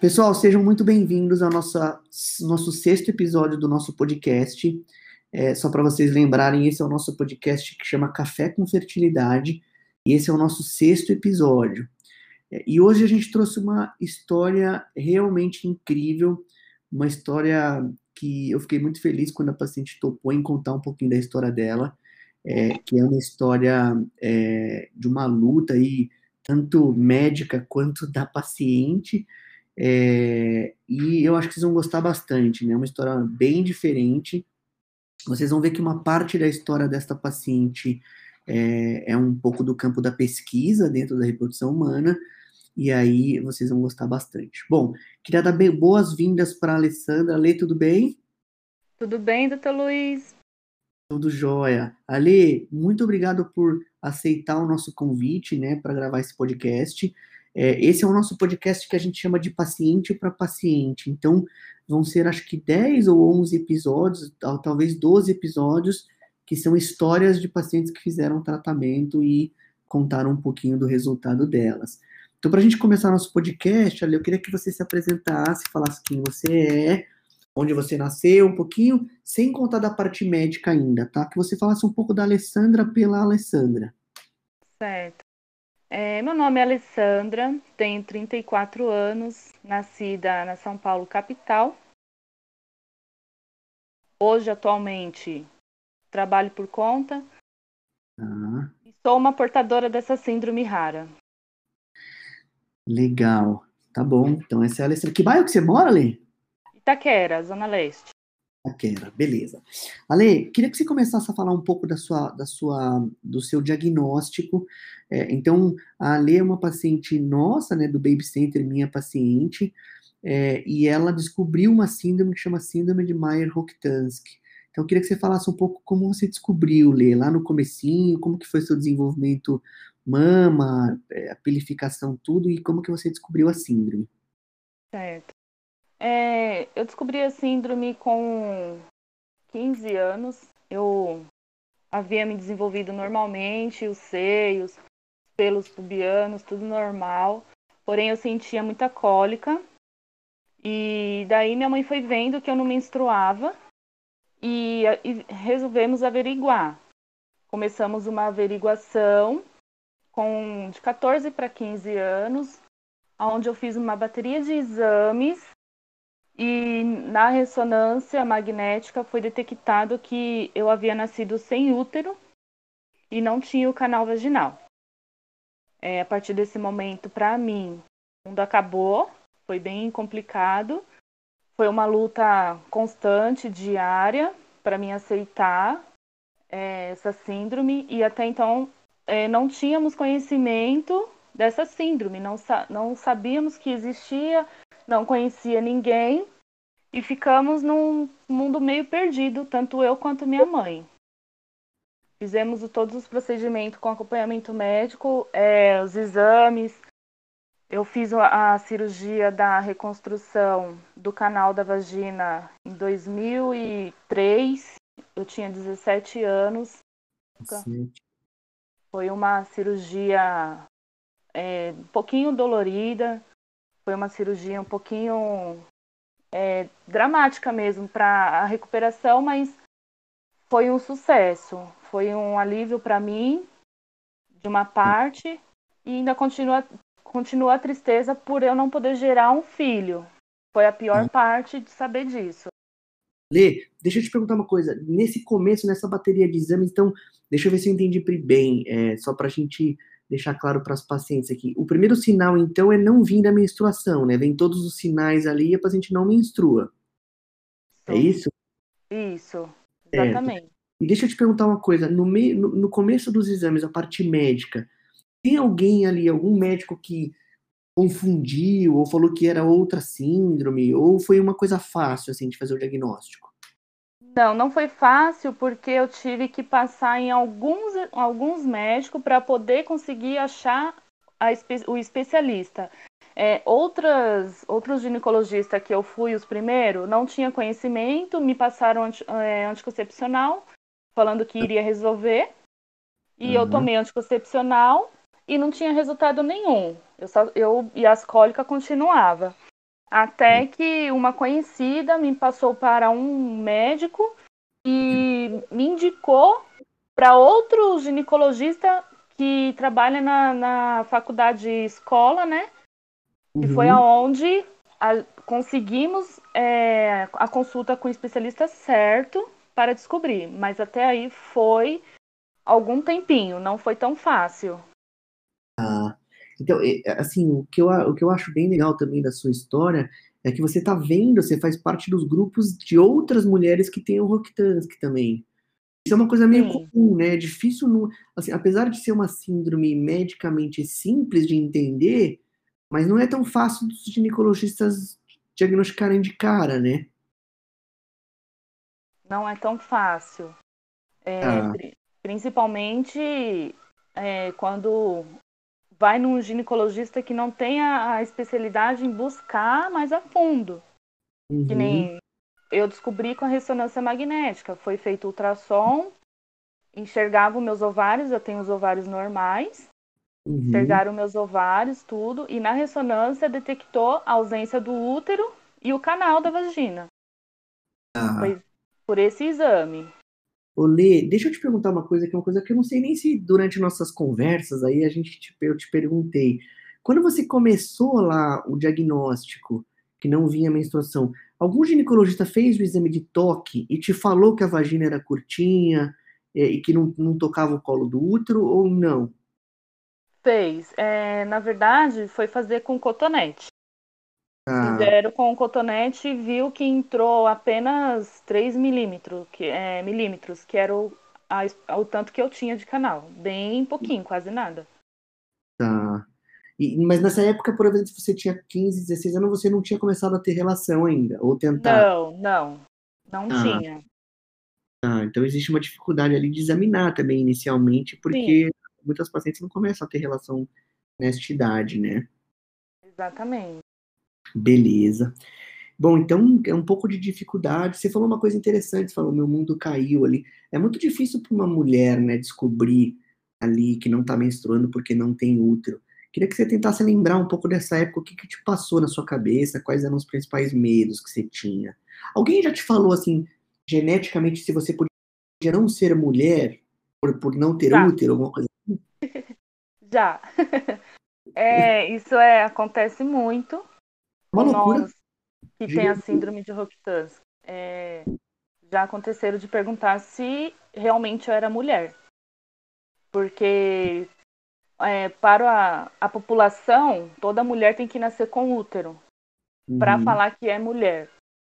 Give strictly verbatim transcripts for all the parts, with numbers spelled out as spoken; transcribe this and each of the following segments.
Pessoal, sejam muito bem-vindos ao nossa, nosso sexto episódio do nosso podcast. É, só para vocês lembrarem, esse é o nosso podcast que chama Café com Fertilidade, e esse é o nosso sexto episódio. É, e hoje a gente trouxe uma história realmente incrível, uma história que eu fiquei muito feliz quando a paciente topou em contar um pouquinho da história dela, é, que é uma história é, de uma luta aí, tanto médica quanto da paciente. É, e eu acho que vocês vão gostar bastante, né? Uma história bem diferente. Vocês vão ver que uma parte da história desta paciente é, é um pouco do campo da pesquisa dentro da reprodução humana, e aí vocês vão gostar bastante. Bom, queria dar bem- boas-vindas para a Alessandra. Alê, tudo bem? Tudo bem, doutor Luiz? Tudo jóia. Ale, muito obrigado por aceitar o nosso convite, né, para gravar esse podcast. É, esse é o nosso podcast que a gente chama de paciente para paciente. Então, vão ser acho que dez ou onze episódios, tal- talvez doze episódios, que são histórias de pacientes que fizeram tratamento e contaram um pouquinho do resultado delas. Então, para a gente começar nosso podcast, Ale, eu queria que você se apresentasse, falasse quem você é, onde você nasceu, um pouquinho, sem contar da parte médica ainda, tá? Que você falasse um pouco da Alessandra pela Alessandra. Certo. É, meu nome é Alessandra, tenho trinta e quatro anos, nascida na São Paulo, capital. Hoje, atualmente, trabalho por conta Tá, e sou uma portadora dessa síndrome rara. legal. Tá bom, então essa é a Alessandra. Que bairro que você mora, Ale? Itaquera, Zona Leste. Taquera, beleza. Ale, queria que você começasse a falar um pouco da sua, da sua, do seu diagnóstico. É, então, a Ale é uma paciente nossa, né, do Baby Center, minha paciente, é, e ela descobriu uma síndrome que chama Síndrome de Mayer-Rokitansky. Então, eu queria que você falasse um pouco como você descobriu, Lê, lá no comecinho, como que foi seu desenvolvimento mama, é, a pilificação, tudo, e como que você descobriu a síndrome. Certo. É, eu descobri a síndrome com quinze anos. Eu havia me desenvolvido normalmente, os seios, os pelos pubianos, tudo normal. Porém, eu sentia muita cólica. E daí minha mãe foi vendo que eu não menstruava e, e resolvemos averiguar. Começamos uma averiguação com de catorze para quinze anos, onde eu fiz uma bateria de exames e na ressonância magnética foi detectado que eu havia nascido sem útero e não tinha o canal vaginal. É, a partir desse momento, para mim, o mundo acabou, foi bem complicado. Foi uma luta constante, diária, para mim aceitar é, essa síndrome. E até então é, não tínhamos conhecimento dessa síndrome, não, sa- não sabíamos que existia, não conhecia ninguém. E ficamos num mundo meio perdido, tanto eu quanto minha mãe. Fizemos o- todos os procedimentos com acompanhamento médico, é, os exames. Eu fiz a a cirurgia da reconstrução do canal da vagina em dois mil e três. Eu tinha dezessete anos. Sim. Foi uma cirurgia é, um pouquinho dolorida. Foi uma cirurgia um pouquinho é, dramática mesmo para a recuperação, mas foi um sucesso. Foi um alívio para mim, de uma parte, e ainda continua, continua a tristeza por eu não poder gerar um filho. Foi a pior parte de saber disso. Lê, deixa eu te perguntar uma coisa. Nesse começo, nessa bateria de exames, então, deixa eu ver se eu entendi pri- bem, é, só para a gente deixar claro para as pacientes aqui. O primeiro sinal, então, é não vir da menstruação, né? Vem todos os sinais ali e a paciente não menstrua. É Isso, isso? isso, Certo. exatamente. E deixa eu te perguntar uma coisa. No, meio, no, no começo dos exames, a parte médica, tem alguém ali, algum médico que confundiu ou falou que era outra síndrome, ou foi uma coisa fácil, assim, de fazer o diagnóstico? Não, não foi fácil porque eu tive que passar em alguns, alguns médicos para poder conseguir achar a espe- o especialista. É, outras, outros ginecologistas que eu fui os primeiros não tinha conhecimento, me passaram anti, é, anticoncepcional, falando que iria resolver, e eu Aham. tomei anticoncepcional e não tinha resultado nenhum. Eu só, eu, e as cólicas continuavam. Até que uma conhecida me passou para um médico e me indicou para outro ginecologista que trabalha na, na faculdade escola, né? Que foi Uhum. aonde a, conseguimos é, a consulta com o especialista certo para descobrir. Mas até aí foi algum tempinho, não foi tão fácil. Ah, então, é, é, assim, o que eu, a- o que eu acho bem legal também da sua história é que você tá vendo, você faz parte dos grupos de outras mulheres que têm o Rokitansky também. Isso é uma coisa meio Sim, comum, né? É difícil, não, assim, apesar de ser uma síndrome medicamente simples de entender, mas não é tão fácil dos ginecologistas diagnosticarem de cara, né? não é tão fácil. É, Ah, pri- principalmente é, quando vai num ginecologista que não tem a, a especialidade em buscar mais a fundo. Que uhum, nem eu descobri com a ressonância magnética. Foi feito ultrassom, enxergava os meus ovários, eu tenho os ovários normais, uhum. enxergaram meus ovários, tudo, e na ressonância detectou a ausência do útero e o canal da vagina. Ah. Foi por esse exame. Ô, Lê, deixa eu te perguntar uma coisa, que é uma coisa que eu não sei nem se durante nossas conversas aí a gente te, eu te perguntei. Quando você começou lá o diagnóstico, que não vinha menstruação, algum ginecologista fez o exame de toque e te falou que a vagina era curtinha, é, e que não, não tocava o colo do útero ou não? Fez. É, na verdade, foi fazer com cotonete. Ah, Fizeram com cotonete e viu que entrou apenas três milímetros, que, é, milímetros, que era o, a- o tanto que eu tinha de canal. Bem pouquinho, quase nada. tá. E- mas nessa época, por exemplo, se você tinha quinze, dezesseis anos, você não tinha começado a ter relação ainda, ou tentado. Não, não, não Ah, tinha. ah, então existe uma dificuldade ali de examinar também inicialmente, Sim, porque muitas pacientes não começam a ter relação nesta idade, né? exatamente. Beleza. Bom, então é um pouco de dificuldade. Você falou uma coisa interessante, você falou, meu mundo caiu ali. É muito difícil para uma mulher, né, descobrir ali que não está menstruando porque não tem útero. Queria que você tentasse lembrar um pouco dessa época, o que que te passou na sua cabeça, quais eram os principais medos que você tinha. Alguém já te falou assim, geneticamente, se você podia não ser mulher por, por não ter Já, útero, alguma coisa? já. É, isso é, acontece muito Uma com loucura nós que tem a gigante. síndrome de Rokitansky. É, já aconteceram de perguntar se realmente eu era mulher. Porque é, para a, a população, toda mulher tem que nascer com útero para Uhum, falar que é mulher.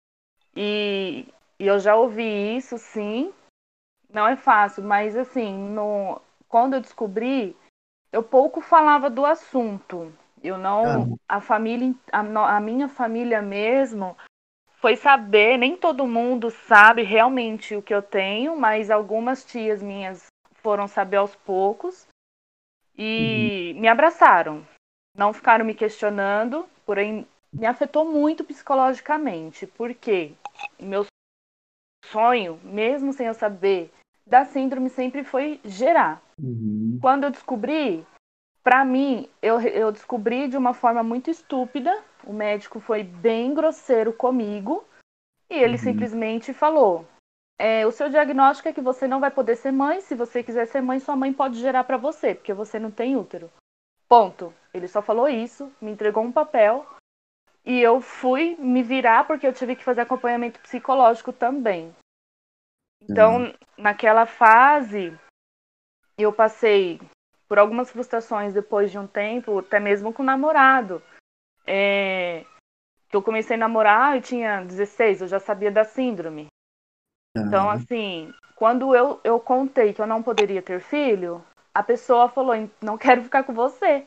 E, e eu já ouvi isso, sim. Não é fácil, mas assim, no, quando eu descobri, eu pouco falava do assunto. Eu tá. não, a família, a, no- a minha família mesmo foi saber, nem todo mundo sabe realmente o que eu tenho, mas algumas tias minhas foram saber aos poucos Uhum, e me abraçaram. Não ficaram me questionando, porém me afetou muito psicologicamente, porque meu sonho, mesmo sem eu saber da síndrome, sempre foi gerar. uhum, Quando eu descobri, para mim, eu, eu descobri de uma forma muito estúpida. O médico foi bem grosseiro comigo e ele uhum, simplesmente falou: é, o seu diagnóstico é que você não vai poder ser mãe. Se você quiser ser mãe, sua mãe pode gerar para você, porque você não tem útero. Ponto. Ele só falou isso, me entregou um papel e eu fui me virar porque eu tive que fazer acompanhamento psicológico também. tá. Então, naquela fase, eu passei por algumas frustrações depois de um tempo, até mesmo com o namorado. É, que eu comecei a namorar, eu tinha dezesseis, eu já sabia da síndrome. Então, Tá. assim, quando eu, eu contei que eu não poderia ter filho, a pessoa falou: não quero ficar com você.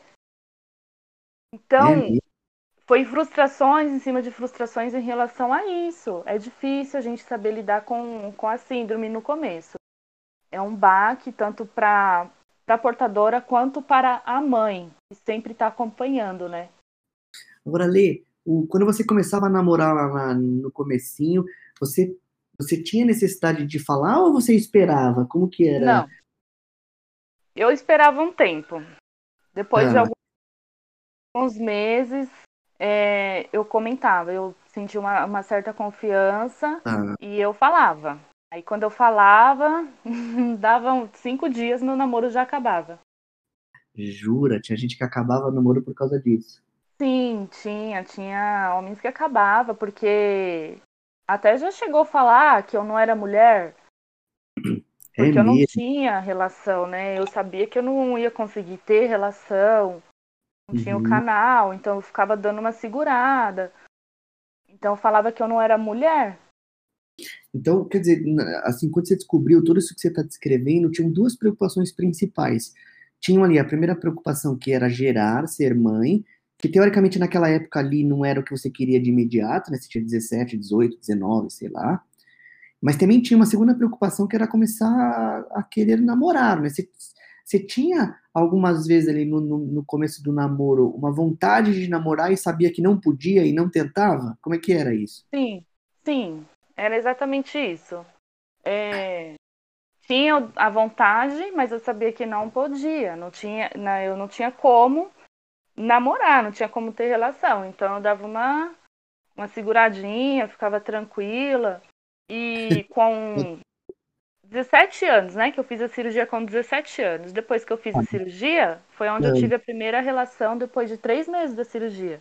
É Então, mesmo? foi frustrações em cima de frustrações em relação a isso. É difícil a gente saber lidar com, com a síndrome no começo. É um baque tanto para a portadora quanto para a mãe, que sempre está acompanhando, né? Agora, Lê, o- quando você começava a namorar lá, lá no comecinho, você, você tinha necessidade de falar ou você esperava? Como que era? Não, eu esperava um tempo. Depois de Ah, alguns meses, é, eu comentava, eu senti uma, uma certa confiança Ah, e eu falava. Aí quando eu falava, davam cinco dias, meu namoro já acabava. jura? Tinha gente que acabava namoro por causa disso. Sim, tinha, tinha homens que acabava, porque até já chegou a falar que eu não era mulher, É porque eu não mesmo? tinha relação, né? Eu sabia que eu não ia conseguir ter relação, não tinha o Uhum. canal, então eu ficava dando uma segurada. Então eu falava que eu não era mulher. Então, quer dizer, na- assim, quando você descobriu tudo isso que você está descrevendo, tinham duas preocupações principais. Tinham ali a primeira preocupação, que era gerar, ser mãe, que teoricamente naquela época ali não era o que você queria de imediato, né? Você tinha dezessete, dezoito, dezenove, sei lá. Mas também tinha uma segunda preocupação, que era começar a, a querer namorar, né? Você, você tinha algumas vezes ali no, no, no começo do namoro uma vontade de namorar e sabia que não podia e não tentava? Como é que era isso? Sim, sim, era exatamente isso. É, tinha a vontade, mas eu sabia que não podia, não tinha, não, eu não tinha como namorar, não tinha como ter relação. Então eu dava uma, uma seguradinha, ficava tranquila. E com dezessete anos, né, que eu fiz a cirurgia com dezessete anos. Depois que eu fiz a cirurgia, foi onde eu tive a primeira relação depois de três meses da cirurgia.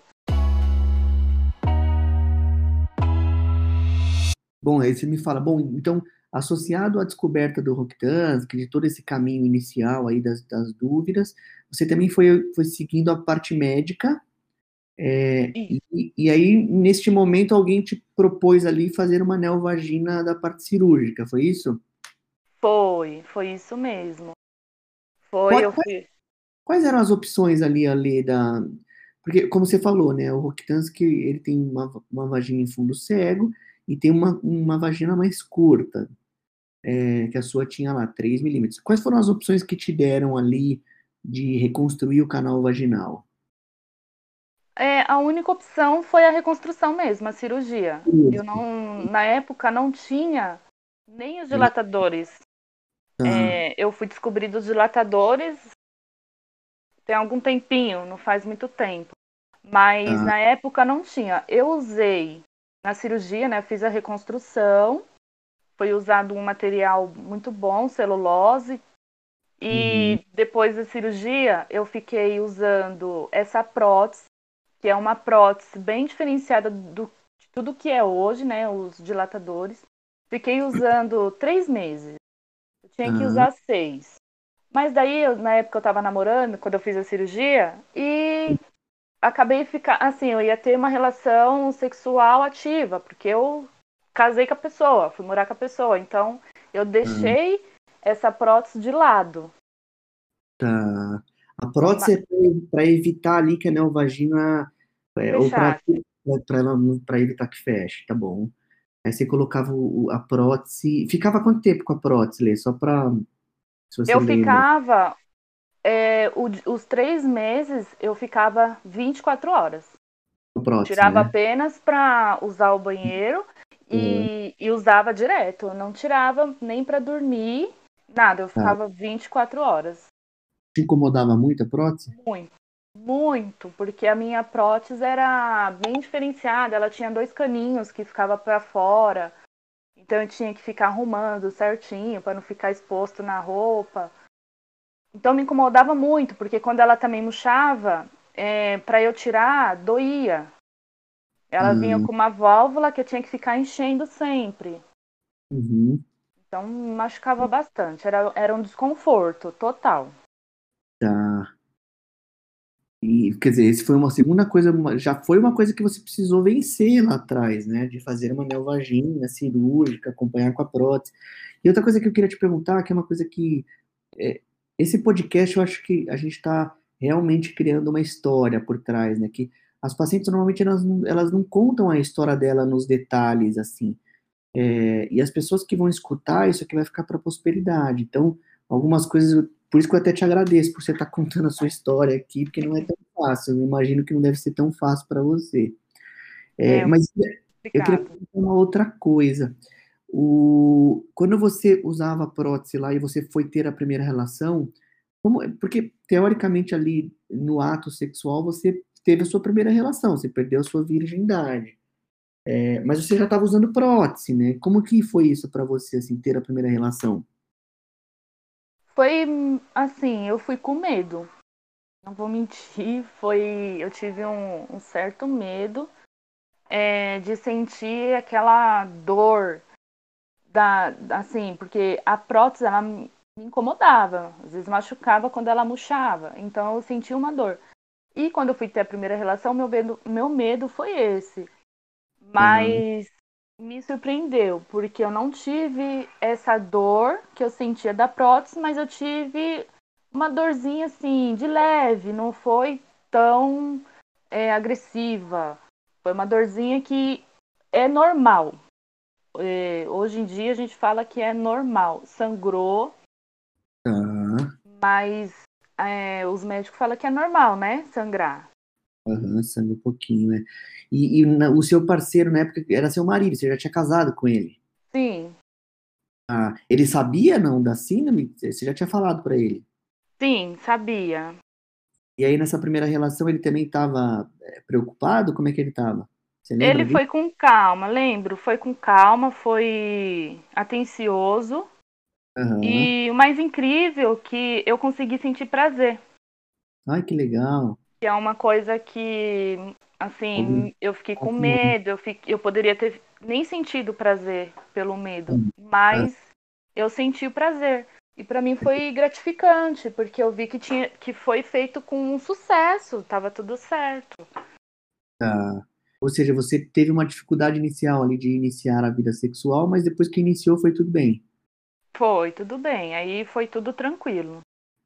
Bom, aí você me fala, bom, então, associado à descoberta do Roktansky, de todo esse caminho inicial aí das, das dúvidas, você também foi, foi seguindo a parte médica, é, Isso. e, e aí, neste momento, alguém te propôs ali fazer uma neovagina da parte cirúrgica, foi isso? Foi, foi isso mesmo. Foi, Quais, eu fui. quais eram as opções ali, ali da... Porque, como você falou, né, o Roktansky, ele tem uma, uma vagina em fundo cego e tem uma, uma vagina mais curta. É, que a sua tinha lá, três milímetros. Quais foram as opções que te deram ali de reconstruir o canal vaginal? É, a única opção foi a reconstrução mesmo, a cirurgia. Eu Isso. não, na época não tinha nem os dilatadores. Tá. É, eu fui descobrir dos dilatadores tem algum tempinho, não faz muito tempo. Mas Tá. na época não tinha. Eu usei na cirurgia, né? Fiz a reconstrução. Foi usado um material muito bom, celulose. Uhum. E depois da cirurgia, eu fiquei usando essa prótese, que é uma prótese bem diferenciada do, de tudo que é hoje, né? Os dilatadores. Fiquei usando três meses. Eu tinha que Tá. usar seis. Mas daí, eu- na época eu tava namorando, quando eu fiz a cirurgia, e acabei ficar assim, eu ia ter uma relação sexual ativa, porque eu casei com a pessoa, fui morar com a pessoa, então eu Tá. deixei essa prótese de lado. Tá. A Ma- prótese é para evitar ali que a neovagina, é, ou para Fechasse. ela para evitar que feche, tá bom. Aí você colocava o- a prótese. Ficava quanto tempo com a prótese, Lê? Só para, se você Eu lembra, ficava, é, o- os três meses, eu ficava vinte e quatro horas. a prótese, Tirava né? apenas para usar o banheiro Uhum. e, e usava direto. Eu não tirava nem para dormir, nada. Eu Tá. ficava vinte e quatro horas. Te incomodava muito a prótese? Muito, muito, porque a minha prótese era bem diferenciada. Ela tinha dois caninhos que ficava para fora. Então eu tinha que ficar arrumando certinho para não ficar exposto na roupa. Então me incomodava muito, porque quando ela também murchava, é, para eu tirar, doía. Ela vinha Ah, com uma válvula que eu tinha que ficar enchendo sempre. uhum. Então me machucava bastante. Era, era um desconforto total. Tá. E, quer dizer, esse foi uma segunda coisa, uma- já foi uma coisa que você precisou vencer lá atrás, né? De fazer uma neovagina cirúrgica, acompanhar com a prótese. E outra coisa que eu queria te perguntar, que é uma coisa que é, esse podcast eu acho que a gente está realmente criando uma história por trás, né? Que as pacientes normalmente elas não, elas não contam a história dela nos detalhes, assim. É, e as pessoas que vão escutar, isso aqui vai ficar para a prosperidade. Então, algumas coisas, por isso que eu até te agradeço por você estar contando a sua história aqui, porque não é tão fácil. Eu imagino que não deve ser tão fácil para você. É, É mas eu queria complicado. perguntar uma outra coisa. O, quando você usava a prótese lá e você foi ter a primeira relação, como, porque teoricamente ali no ato sexual você teve a sua primeira relação, você perdeu a sua virgindade. É, mas você já estava usando prótese, né? Como que foi isso para você, assim, ter a primeira relação? Foi assim, eu fui com medo. Não vou mentir, foi. Eu tive um, um certo medo é, de sentir aquela dor da, assim, porque a prótese ela me incomodava, às vezes machucava quando ela murchava, então eu sentia uma dor. E quando eu fui ter a primeira relação, meu medo, meu medo foi esse. Tá, Mas me surpreendeu, porque eu não tive essa dor que eu sentia da prótese, mas eu tive uma dorzinha assim, de leve, não foi tão é, agressiva. Foi uma dorzinha que é normal. É, hoje em dia a gente fala que é normal. Sangrou, tá. mas é, os médicos falam que é normal, né? Sangrar. Aham, sangue um pouquinho, né? E, e na- o seu parceiro, na época, era seu marido, você já tinha casado com ele. Sim, Ah, ele sabia, não, da síndrome? Você já tinha falado pra ele. sim, sabia. E aí, nessa primeira relação, ele também estava preocupado? Como é que ele estava? Você Ele lembra disso? foi com calma, lembro? Foi com calma, foi atencioso. Aham. E o mais incrível é que eu consegui sentir prazer. Ai, que legal. Que é uma coisa que, Algum... assim, eu fiquei com algum- medo, eu, fiquei, eu poderia ter nem sentido prazer pelo medo, Ah, mas eu senti o prazer. E para mim foi gratificante, porque eu vi que, tinha, que foi feito com um sucesso, estava tudo certo. tá. Ou seja, você teve uma dificuldade inicial ali de iniciar a vida sexual, mas depois que iniciou foi tudo bem. Foi, tudo bem, aí foi tudo tranquilo.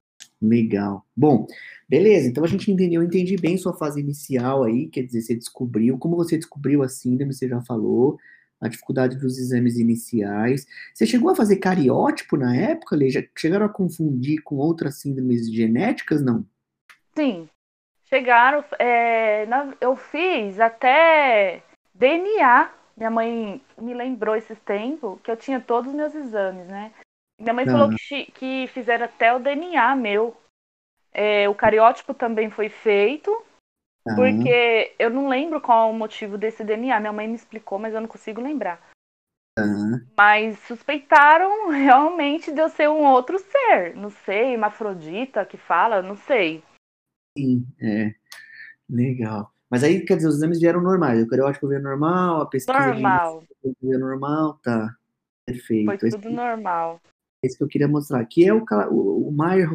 Legal. Bom, beleza. Então a gente entendeu, eu entendi bem sua fase inicial aí, quer dizer, você descobriu, como você descobriu a síndrome, você já falou, a dificuldade dos exames iniciais. Você chegou a fazer cariótipo na época, Lê? Já chegaram a confundir com outras síndromes genéticas, não? Sim, chegaram, é, na- eu fiz até D N A. Minha mãe me lembrou esses tempos que eu tinha todos os meus exames, né? Minha mãe falou Tá, que, chi- que fizeram até o D N A meu. É, o cariótipo também foi feito, tá, porque eu não lembro qual é o motivo desse D N A. Minha mãe me explicou, mas eu não consigo lembrar. tá. Mas suspeitaram realmente de eu ser um outro ser. Não sei, hermafrodita que fala, não sei. Sim, é, legal. Mas aí, quer dizer, os exames vieram normais, o cariótipo veio normal, a pesquisa de início Normal. veio normal, tá, Foi perfeito. tudo normal. Esse que eu queria mostrar, que é o, ca- o, o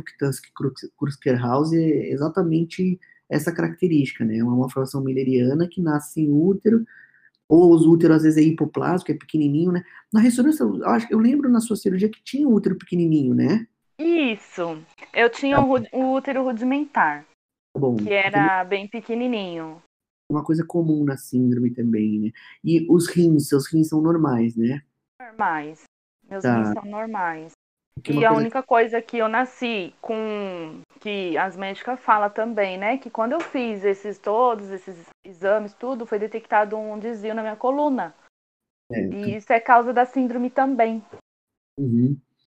Mayer-Rokitansky-Kruskerhaus, é exatamente essa característica, né? É uma malformação mülleriana que nasce em útero, ou os úteros às vezes é hipoplásico, é pequenininho, né? Na ressonância, eu, acho, eu lembro na sua cirurgia que tinha um útero pequenininho, né? Isso. Eu tinha Tá um, ru- um útero rudimentar, bom, que porque é era bem pequenininho. uma coisa comum na síndrome também, né? E os rins, seus rins são normais, né? Normais. Meus rins Tá, são normais. porque E uma a coisa... única coisa que eu nasci com, que as médicas falam também, né? Que quando eu fiz esses todos, esses exames, tudo, foi detectado um desvio na minha coluna. Certo. E isso é causa da síndrome também. Uhum,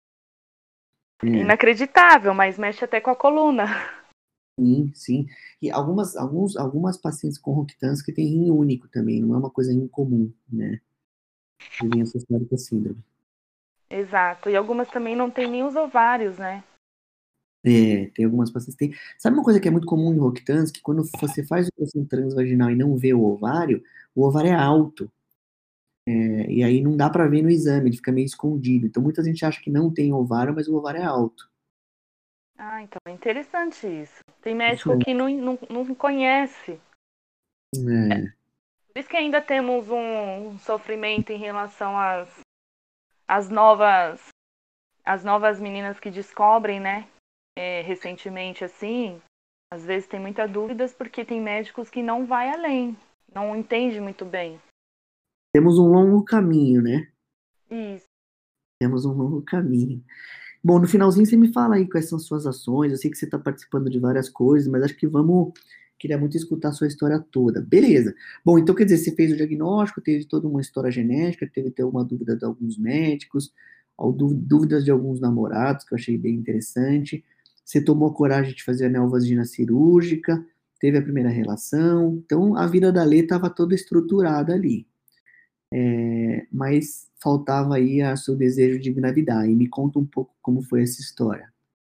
é. Inacreditável, mas mexe até com a coluna. Sim, sim. E algumas, alguns, algumas pacientes com Rokitansky têm rim único também, não é uma coisa incomum, né? De vir associado com a síndrome. Exato. E algumas também não têm nem os ovários, né? É, tem algumas pacientes que têm. Sabe uma coisa que é muito comum em Rokitansky? Quando você faz o ultrassom transvaginal e não vê o ovário, o ovário é alto. É, e aí não dá pra ver no exame, ele fica meio escondido. Então muita gente acha que não tem ovário, mas o ovário é alto. Ah, então é interessante isso. Tem Isso médico que não, não, não conhece. é, Por isso que ainda temos um, um sofrimento em relação às, às novas às novas meninas que descobrem, né? É, recentemente assim, às vezes tem muitas dúvidas porque tem médicos que não vai além, não entende muito bem. temos um longo caminho, né? Isso. Temos um longo caminho. Bom, no finalzinho você me fala aí quais são suas ações. Eu sei que você está participando de várias coisas, mas acho que vamos. Queria muito escutar a sua história toda. Beleza. Bom, então quer dizer, você fez o diagnóstico, teve toda uma história genética, teve até uma dúvida de alguns médicos, ou dú- dúvidas de alguns namorados, que eu achei bem interessante. Você tomou coragem de fazer a neovagina cirúrgica, teve a primeira relação, então a vida da Lê estava toda estruturada ali. É, mas faltava aí o seu desejo de engravidar. E me conta um pouco como foi essa história.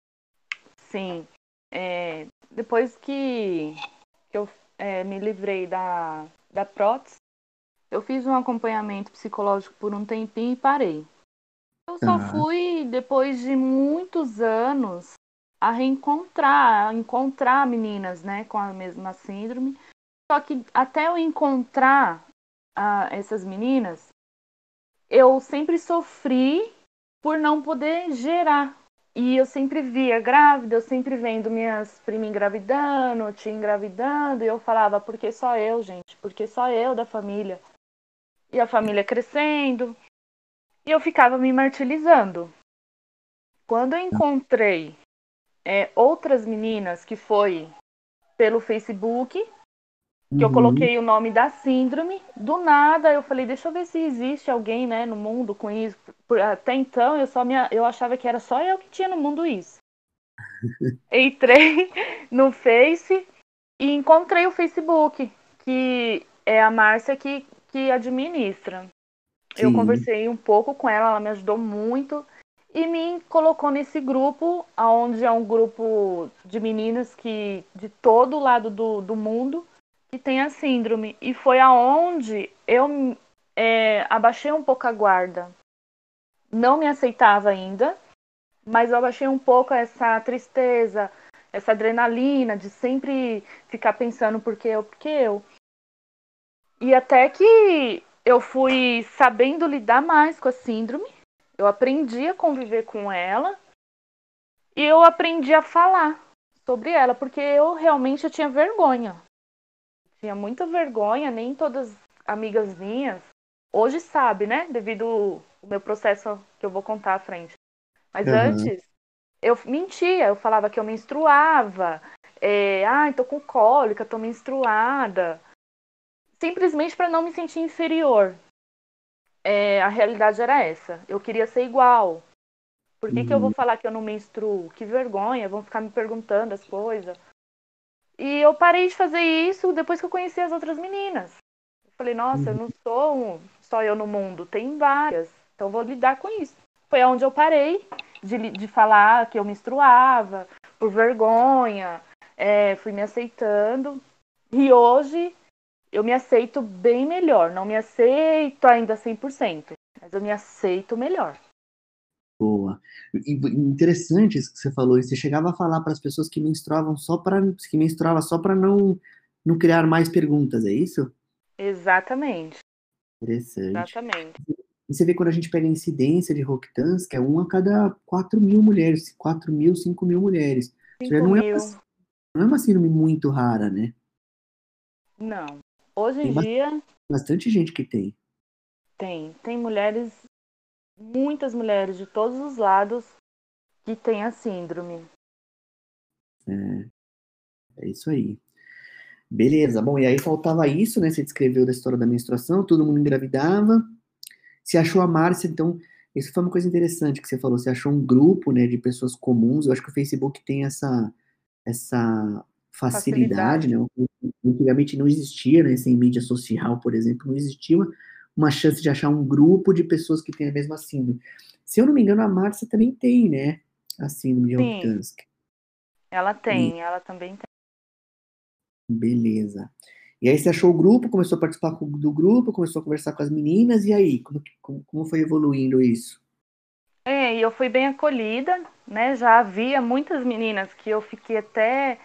Sim. É, depois que, que eu é, me livrei da, da prótese, eu fiz um acompanhamento psicológico por um tempinho e parei. Eu só Tá. fui, depois de muitos anos, a reencontrar, a encontrar meninas, né, com a mesma síndrome. Só que até eu encontrar ah, essas meninas, eu sempre sofri por não poder gerar. E eu sempre via grávida, eu sempre vendo minhas primas engravidando, tia engravidando, e eu falava, por que só eu, gente? Por que só eu da família? E a família crescendo, e eu ficava me martirizando. Quando eu encontrei é, outras meninas, que foi pelo Facebook, que eu Uhum. coloquei o nome da síndrome, do nada eu falei, deixa eu ver se existe alguém, né, no mundo com isso. Por, até então eu só me, eu achava que era só eu que tinha no mundo isso. Entrei no Face e encontrei o Facebook, que é a Márcia que, que administra. Eu Sim. conversei um pouco com ela, ela me ajudou muito e me colocou nesse grupo, onde é um grupo de meninas que de todo lado do, do mundo que tem a síndrome. E foi aonde eu é, abaixei um pouco a guarda. Não me aceitava ainda, mas eu abaixei um pouco essa tristeza, essa adrenalina de sempre ficar pensando por que eu, por que eu. E até que eu fui sabendo lidar mais com a síndrome, eu aprendi a conviver com ela e eu aprendi a falar sobre ela, porque eu realmente eu tinha vergonha. Tinha muita vergonha, nem todas amigas minhas, hoje sabe, né? Devido ao meu processo que eu vou contar à frente. Mas Aham. antes, eu mentia, eu falava que eu menstruava, é, ai, tô com cólica, tô menstruada, simplesmente para não me sentir inferior. É, a realidade era essa. Eu queria ser igual. Por que, que eu vou Uhum. falar que eu não menstruo? Que vergonha, vão ficar me perguntando as coisas. E eu parei de fazer isso depois que eu conheci as outras meninas. Eu falei, nossa, eu Uhum. não sou um, só eu no mundo, tem várias. Então eu vou lidar com isso. Foi onde eu parei de, de falar que eu menstruava, por vergonha, é, fui me aceitando. E hoje eu me aceito bem melhor. Não me aceito ainda cem por cento, mas eu me aceito melhor. Boa. E, e interessante isso que você falou. E você chegava a falar para as pessoas que menstruavam só para que menstruava só para não não criar mais perguntas, é isso? Exatamente, Interessante. exatamente. E você vê quando a gente pega a incidência de Roctans, que é uma a cada quatro mil mulheres, quatro mil, cinco mil mulheres. Isso já Cinco não é uma, mil, não é uma síndrome muito rara, né? não. Hoje em Tem bas- dia bastante gente que tem. tem. Tem mulheres, muitas mulheres de todos os lados que têm a síndrome. É, é isso aí. Beleza, bom, e aí faltava isso, né? Você descreveu da história da menstruação, todo mundo engravidava. Você achou a Márcia, então, isso foi uma coisa interessante que você falou. Você achou um grupo, né, de pessoas comuns. Eu acho que o Facebook tem essa, essa facilidade, Facilidade. né? Antigamente não existia, né? Sem mídia social, por exemplo, não existia uma, uma chance de achar um grupo de pessoas que têm a mesma síndrome. Se eu não me engano, a Márcia também tem, né? A síndrome de Sim, Rokitansky. ela E tem, ela também tem. beleza. E aí você achou o grupo, começou a participar com- do grupo, começou a conversar com as meninas, e aí, como, que- como, como foi evoluindo isso? É, e eu fui bem acolhida, né? Já havia muitas meninas que eu fiquei até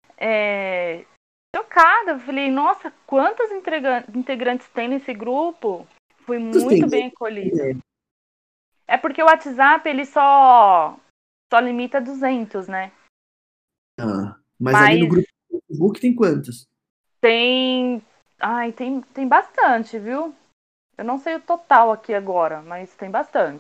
é, chocada. Eu falei, nossa, quantas integra- integrantes tem nesse grupo? Fui Quantos tem? muito bem acolhida. É porque o WhatsApp, ele só, só limita duzentos, né? Ah, mas ali no Mas grupo do Facebook tem quantos? tem... Ai, tem, tem bastante, viu? Eu não sei o total aqui agora, mas tem bastante.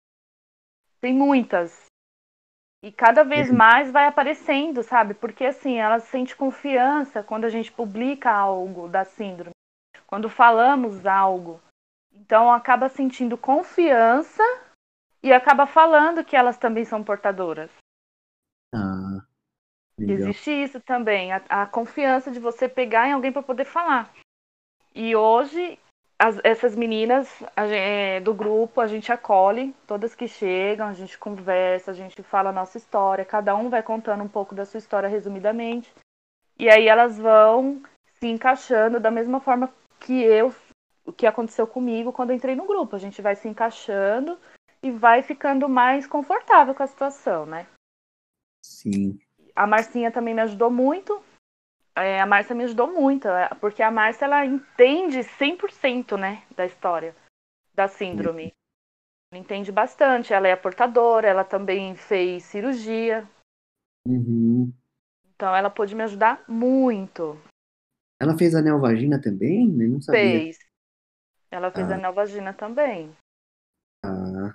Tem muitas. E cada vez É, mais vai aparecendo, sabe? Porque assim, ela sente confiança quando a gente publica algo da síndrome, quando falamos algo. Então acaba sentindo confiança e acaba falando que elas também são portadoras. ah, Legal. Existe isso também, a, a confiança de você pegar em alguém para poder falar. E hoje, as, essas meninas a gen- é, do grupo, a gente acolhe, todas que chegam, a gente conversa, a gente fala a nossa história, cada um vai contando um pouco da sua história resumidamente. E aí elas vão se encaixando da mesma forma que eu, o que aconteceu comigo quando eu entrei no grupo. A gente vai se encaixando e vai ficando mais confortável com a situação, né? Sim. A Marcinha também me ajudou muito. É, a Márcia me ajudou muito, é, porque a Márcia, ela entende cem por cento, né, da história da síndrome. Ela entende bastante. Ela é a portadora, ela também fez cirurgia. Uhum. Então, ela pôde me ajudar muito. Ela fez anel vagina também? Eu não sabia. Fez. Ela fez a Ah, neovagina também. ah,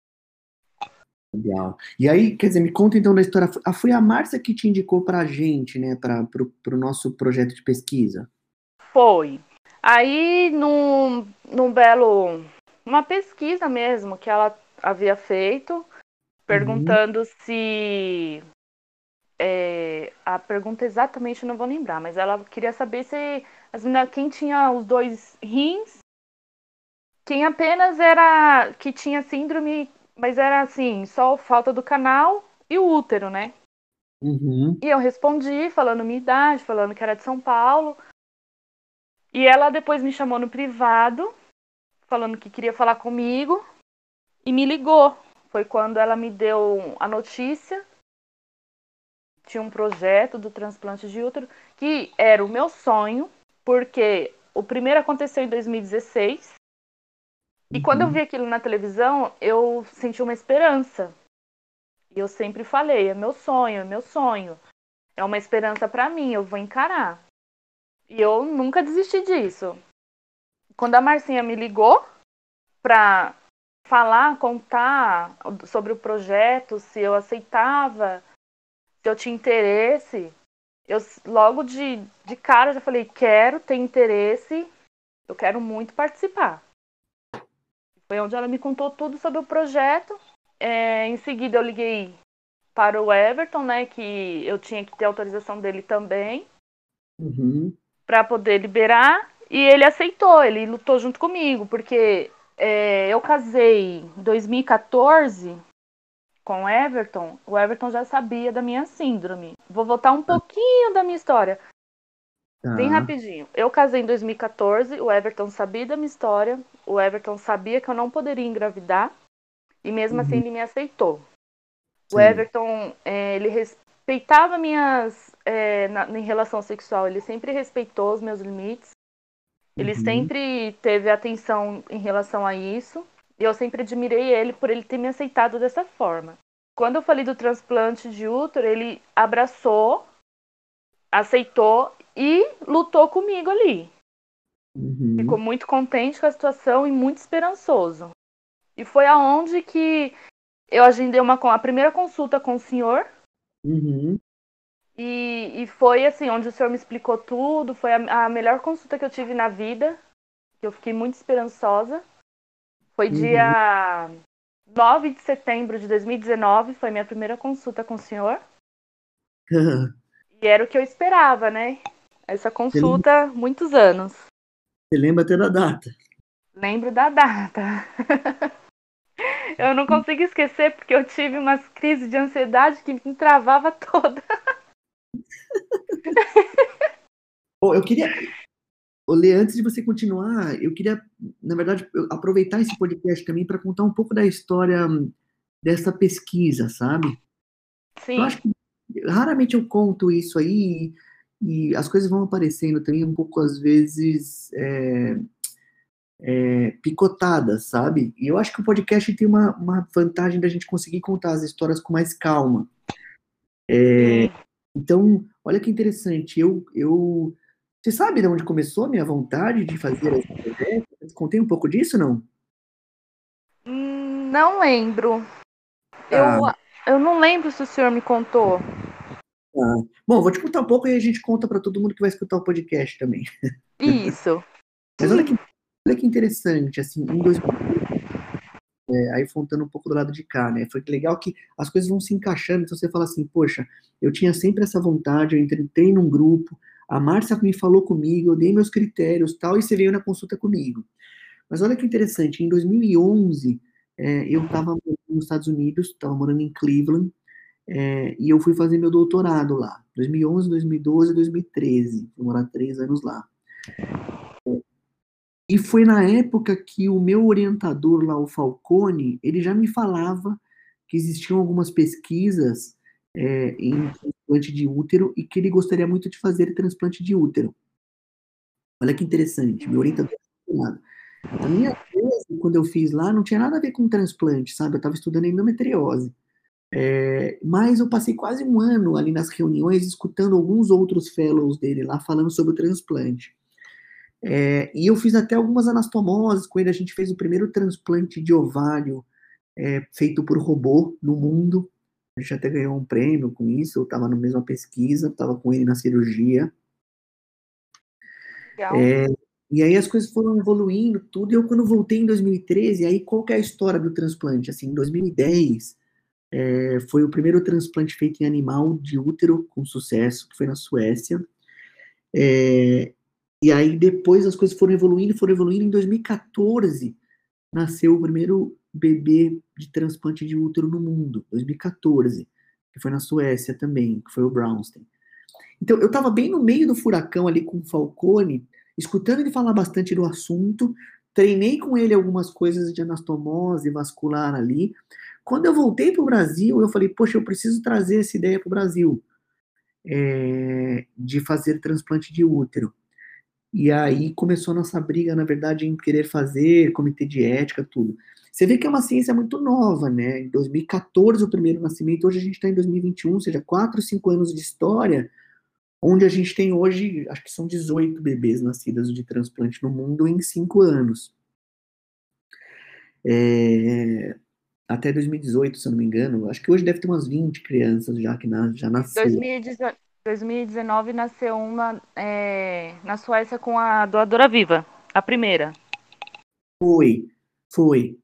legal. E aí, quer dizer, me conta então da história. Ah, foi a Márcia que te indicou pra gente, né, para pro, pro nosso projeto de pesquisa. Foi. Aí, num, num belo... Uma pesquisa mesmo que ela havia feito, Uhum, perguntando se... É, a pergunta exatamente eu não vou lembrar, mas ela queria saber se as meninas, quem tinha os dois rins, quem apenas era... Que tinha síndrome, mas era assim, só falta do canal e o útero, né? uhum, E eu respondi, falando minha idade, falando que era de São Paulo. E ela depois me chamou no privado, falando que queria falar comigo, e me ligou. Foi quando ela me deu a notícia. Tinha um projeto do transplante de útero, que era o meu sonho, porque o primeiro aconteceu em dois mil e dezesseis. E quando eu vi uhum, aquilo na televisão, eu senti uma esperança. E eu sempre falei, é meu sonho, é meu sonho. É uma esperança para mim, eu vou encarar. E eu nunca desisti disso. Quando a Marcinha me ligou para falar, contar sobre o projeto, se eu aceitava, se eu tinha interesse, eu logo de, de cara já falei, quero, tenho interesse, eu quero muito participar. Foi onde ela me contou tudo sobre o projeto. É, em seguida eu liguei para o Everton, né, que eu tinha que ter autorização dele também, uhum. para poder liberar, e ele aceitou, ele lutou junto comigo, porque é, eu casei em dois mil e quatorze com o Everton, o Everton já sabia da minha síndrome. Vou voltar um pouquinho da minha história, bem Tá. rapidinho. Eu casei em dois mil e quatorze, o Everton sabia da minha história, o Everton sabia que eu não poderia engravidar, e mesmo assim Uhum. ele me aceitou. O Sei. Everton, é, ele respeitava minhas... É, na, em relação sexual, ele sempre respeitou os meus limites. Ele Uhum. sempre teve atenção em relação a isso. E eu sempre admirei ele por ele ter me aceitado dessa forma. Quando eu falei do transplante de útero, ele abraçou, aceitou e lutou comigo ali. Ficou Uhum. muito contente com a situação e muito esperançoso. E foi aonde que eu agendei uma, a primeira consulta com o senhor. Uhum. E, e foi assim, onde o senhor me explicou tudo. Foi a, a melhor consulta que eu tive na vida. Que eu fiquei muito esperançosa. Foi Uhum. dia nove de setembro de dois mil e dezenove, foi minha primeira consulta com o senhor. E era o que eu esperava, né? Essa Você lembra, consulta, muitos anos. você lembra até da data. Lembro da data. Eu não consigo esquecer porque eu tive umas crises de ansiedade que me travava toda. Bom, eu queria, Olê, antes de você continuar, eu queria, na verdade, eu- aproveitar esse podcast também para contar um pouco da história hum, dessa pesquisa, sabe? Eu acho Sim, que raramente eu conto isso aí e, e as coisas vão aparecendo também um pouco, às vezes, é, é, picotadas, sabe? E eu acho que o podcast tem uma, uma vantagem da gente conseguir contar as histórias com mais calma. sim. Então, olha que interessante, eu, eu, você sabe de onde começou a minha vontade de fazer esse projeto? Eu contei um pouco disso, não? Hum, Não lembro. Eu, Tá. eu não lembro se o senhor me contou. Tá. Bom, vou te contar um pouco e a gente conta para todo mundo que vai escutar o podcast também. Isso. Mas olha que, olha que interessante, assim, em dois mil, É, aí voltando um pouco do lado de cá, né? Foi legal que as coisas vão se encaixando, então você fala assim, poxa, eu tinha sempre essa vontade, eu entrei num grupo, a Márcia me falou comigo, eu dei meus critérios, tal, e você veio na consulta comigo. Mas olha que interessante, em dois mil e onze, é, eu estava nos Estados Unidos, estava morando em Cleveland, é, e eu fui fazer meu doutorado lá, dois mil e onze, dois mil e doze, dois mil e treze, fui morar três anos lá. E foi na época que o meu orientador lá, o Falcone, ele já me falava que existiam algumas pesquisas é, em transplante de útero e que ele gostaria muito de fazer transplante de útero. Olha que interessante, meu orientador não falava nada. A minha tese, quando eu fiz lá, não tinha nada a ver com transplante, sabe? Eu estava estudando endometriose. É, mas eu passei quase um ano ali nas reuniões, escutando alguns outros fellows dele lá falando sobre o transplante. É, e eu fiz até algumas anastomoses com ele. A gente fez o primeiro transplante de ovário é, feito por robô no mundo. A gente até ganhou um prêmio com isso. Eu estava na mesma pesquisa, estava com ele na cirurgia. Legal. É, e aí as coisas foram evoluindo, tudo. E eu, quando voltei em dois mil e treze, aí qual que é a história do transplante? Assim, em dois mil e dez, é, foi o primeiro transplante feito em animal de útero com sucesso, que foi na Suécia. É, e aí depois as coisas foram evoluindo, foram evoluindo. Em dois mil e quatorze, nasceu o primeiro bebê de transplante de útero no mundo, dois mil e quatorze, que foi na Suécia também, que foi o Brownstein. Então, eu estava bem no meio do furacão ali com o Falcone, escutando ele falar bastante do assunto, treinei com ele algumas coisas de anastomose vascular ali. Quando eu voltei para o Brasil, eu falei, poxa, eu preciso trazer essa ideia para o Brasil, é, de fazer transplante de útero. E aí começou a nossa briga, na verdade, em querer fazer, comitê de ética, tudo. Você vê que é uma ciência muito nova, né? Em dois mil e quatorze, o primeiro nascimento, hoje a gente está em dois mil e vinte e um, ou seja, quatro, cinco anos de história, onde a gente tem hoje, acho que são dezoito bebês nascidos de transplante no mundo em cinco anos. É, até dois mil e dezoito, se eu não me engano, acho que hoje deve ter umas vinte crianças já que na, já nasceram. dois mil e dezenove nasceu uma é, na Suécia com a doadora viva, a primeira. Foi, foi.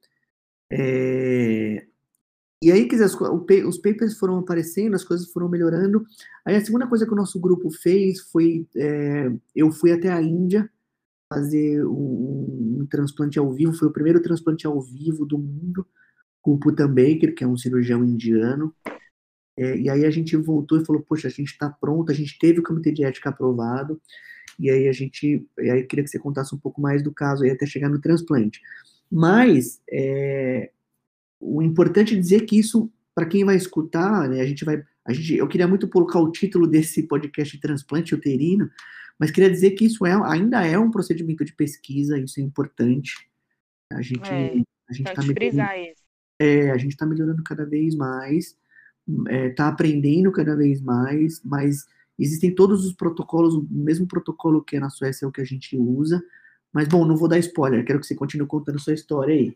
É, E aí, quer dizer, as co- o pa- os papers foram aparecendo, as coisas foram melhorando. Aí a segunda coisa que o nosso grupo fez foi, é, eu fui até a Índia fazer um, um transplante ao vivo, foi o primeiro transplante ao vivo do mundo, com o Putan Baker, que é um cirurgião indiano. É, e aí a gente voltou e falou, poxa, a gente está pronto, a gente teve o comitê de ética aprovado, e aí a gente, e aí eu queria que você contasse um pouco mais do caso aí até chegar no transplante. Mas, é, o importante é dizer que isso, para quem vai escutar, né, a gente vai, a gente, eu queria muito colocar o título desse podcast de transplante uterino, mas queria dizer que isso é, ainda é um procedimento de pesquisa, isso é importante. A gente, É, a gente está importante melhorando, frisar isso. é, a gente tá melhorando cada vez mais, está aprendendo cada vez mais, mas existem todos os protocolos, o mesmo protocolo que é na Suécia é o que a gente usa. Mas bom, não vou dar spoiler, quero que você continue contando sua história aí.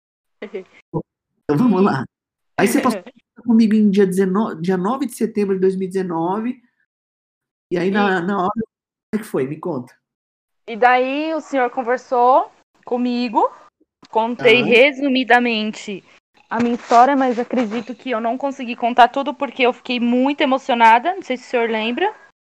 Então vamos E lá. Aí você passou comigo em dia dezenove, dia nove de setembro de dois mil e dezenove, e aí na, isso. na hora, como é que foi? Me conta. E daí o senhor conversou comigo, contei Tá? resumidamente a minha história, mas acredito que eu não consegui contar tudo porque eu fiquei muito emocionada, não sei se o senhor lembra.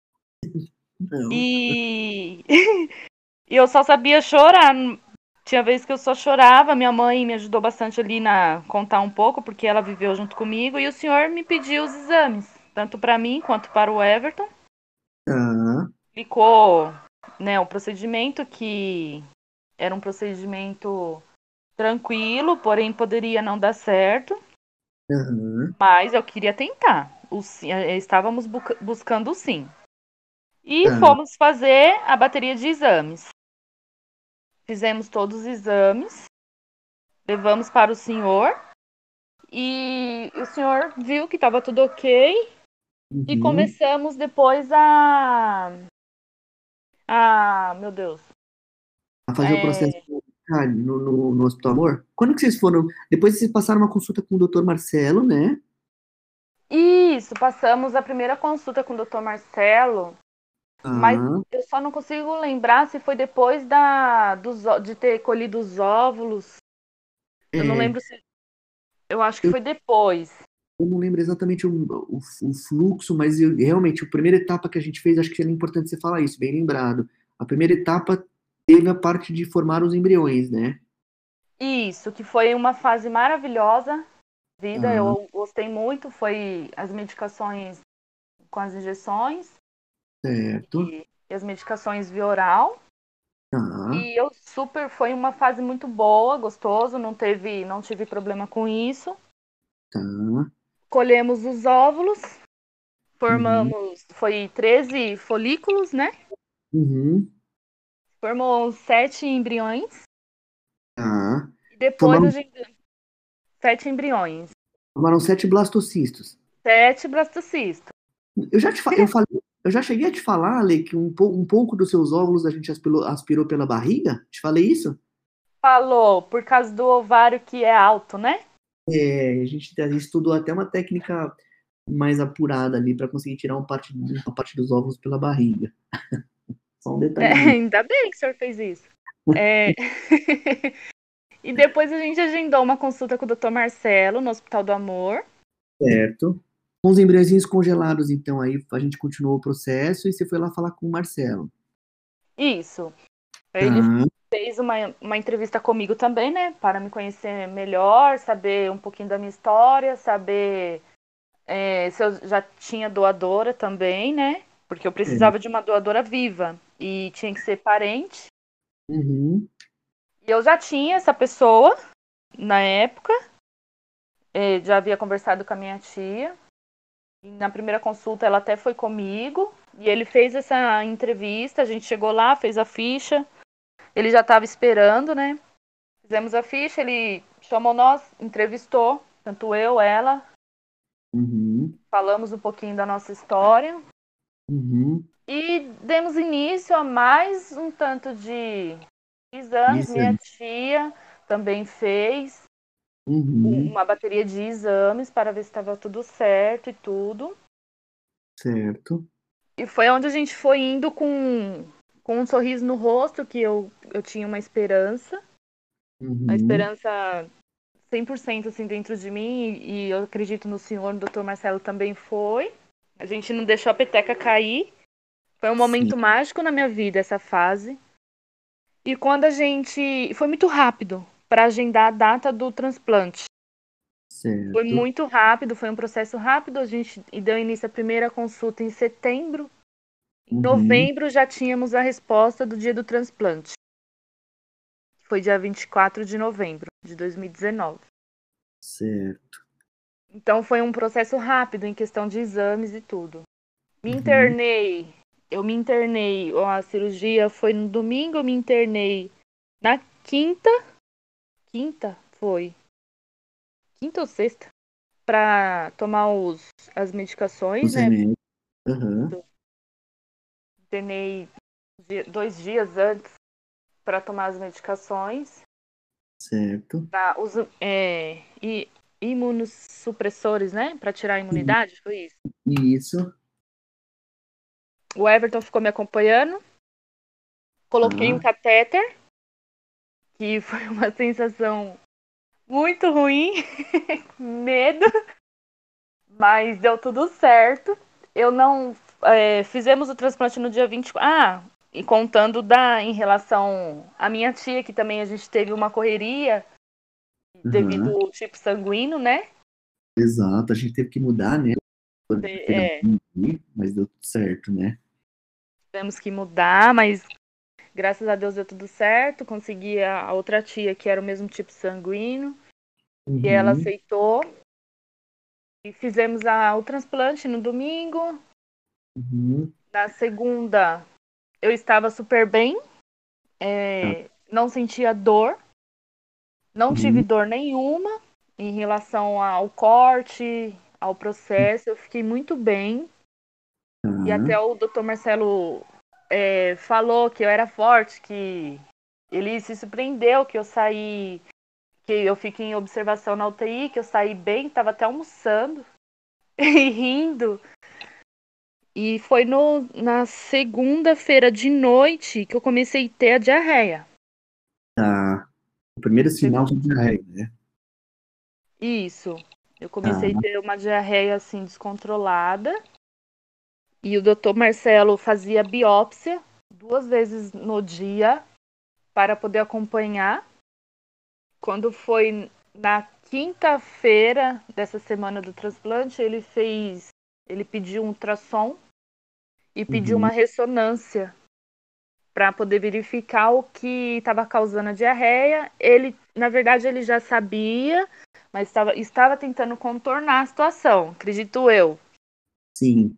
Não. E, e eu só sabia chorar. Tinha vezes que eu só chorava, minha mãe me ajudou bastante ali na contar um pouco, porque ela viveu junto comigo, e o senhor me pediu os exames, tanto para mim quanto para o Everton. Tá. Explicou, né, o procedimento, que era um procedimento tranquilo, porém poderia não dar certo, Aham. mas eu queria tentar. O, sim- eh, estávamos bu- buscando o sim. E Tá. fomos fazer a bateria de exames. Fizemos todos os exames, levamos para o senhor. E o senhor viu que estava tudo ok e Uhum. começamos depois a. a meu Deus. A fazer o processo É, ah, no, no, no Hospital Amor? Quando que vocês foram? Depois vocês passaram uma consulta com o doutor Marcelo, né? isso, passamos a primeira consulta com o doutor Marcelo, mas Ah, eu só não consigo lembrar se foi depois da, dos, ó- de ter colhido os óvulos. Eu não é. lembro se. Eu acho que Eu, foi depois. eu não lembro exatamente o, o, o fluxo, mas eu- realmente, a primeira etapa que a gente fez, acho que seria importante você falar isso, bem lembrado. A primeira etapa teve a parte de formar os embriões, né? Isso, que foi uma fase maravilhosa. Vida, Tá, eu gostei muito. Foi as medicações com as injeções certo. e, e as medicações via oral. Tá, E eu super, foi uma fase muito boa, gostoso, não teve, não tive problema com isso. tá. Colhemos os óvulos, Uhum, formamos, foi treze folículos, né? uhum, Formou sete embriões tá. e depois a Formaram, gente sete embriões, formaram sete blastocistos. sete blastocistos. Eu já te fa- eu falei, eu já cheguei a te falar, Ale, que um, pou- um pouco dos seus óvulos a gente aspirou, aspirou pela barriga? Te falei isso? Falou, por causa do ovário que é alto, né? É, a gente a gente estudou até uma técnica mais apurada ali para conseguir tirar uma parte, uma parte dos óvulos pela barriga. Só um É, detalhezinho. ainda bem que o senhor fez isso. É... e depois a gente agendou uma consulta com o doutor Marcelo no Hospital do Amor. Certo. Com os embriõezinhos congelados, então, aí a gente continuou o processo e você foi lá falar com o Marcelo. Isso. Ele Tá. fez uma, uma entrevista comigo também, né? Para me conhecer melhor, saber um pouquinho da minha história, saber é, se eu já tinha doadora também, né? Porque eu É. precisava de uma doadora viva e tinha que ser parente. Uhum. E eu já tinha essa pessoa na época, é, já havia conversado com a minha tia. E na primeira consulta ela até foi comigo e ele fez essa entrevista. A gente chegou lá, fez a ficha. Ele já estava esperando, né? Fizemos a ficha, ele chamou nós, entrevistou, tanto eu, ela, Uhum. falamos um pouquinho da nossa história Uhum. e demos início a mais um tanto de exames. Isso Minha aí. tia também fez Uhum. uma bateria de exames para ver se estava tudo certo e tudo. Certo. E foi onde a gente foi indo com, com um sorriso no rosto, que eu, eu tinha uma esperança, uma Uhum. esperança cem por cento assim dentro de mim, e eu acredito no senhor, no doutor Marcelo também foi. A gente não deixou a peteca cair. Foi um Sim. momento mágico na minha vida essa fase. E quando a gente foi muito rápido para agendar a data do transplante. Foi Certo. muito rápido, foi um processo rápido. A gente deu início à primeira consulta em setembro. Em Uhum. novembro já tínhamos a resposta do dia do transplante. Foi dia vinte e quatro de novembro de dois mil e dezenove. Certo. Então foi um processo rápido em questão de exames e tudo. Me Uhum. internei. Eu me internei. A cirurgia foi no domingo, eu me internei na quinta. Quinta? Foi. Quinta ou sexta? Pra tomar os, as medicações, Os né? remédios. Aham. Internei dois dias antes para tomar as medicações. Certo. Pra, os é, e, imunossupressores, né? Para tirar a E- imunidade, foi isso. Isso. O Everton ficou me acompanhando. Coloquei um Tá. catéter, que foi uma sensação muito ruim, medo, mas deu tudo certo. Eu não. É, fizemos o transplante no dia vinte. Ah, e contando da, em relação à minha tia, que também a gente teve uma correria devido Aham. ao tipo sanguíneo, né? Exato. A gente teve que mudar, né? É, Mas deu tudo certo, né? tivemos que mudar, mas graças a Deus deu tudo certo. Consegui a, a outra tia, que era o mesmo tipo sanguíneo, e ela Uhum. aceitou. E fizemos a, o transplante no domingo. Uhum. Na segunda, eu estava super bem, Tá. é, não sentia dor, não tive Uhum. dor nenhuma em relação ao corte, ao processo. Eu fiquei muito bem. E Tá. até o doutor Marcelo é, falou que eu era forte, que ele se surpreendeu que eu saí, que eu fiquei em observação na U T I, que eu saí bem, estava até almoçando e rindo. E foi no, na segunda-feira de noite que eu comecei a ter a diarreia. Tá. O primeiro sinal de diarreia, né? Isso. Eu comecei a Tá. ter uma diarreia assim descontrolada e o doutor Marcelo fazia biópsia duas vezes no dia para poder acompanhar. Quando foi na quinta-feira dessa semana do transplante, ele fez, ele pediu um ultrassom e pediu Uhum. uma ressonância para poder verificar o que estava causando a diarreia. Ele, na verdade, ele já sabia, mas estava, estava tentando contornar a situação, acredito eu. Sim.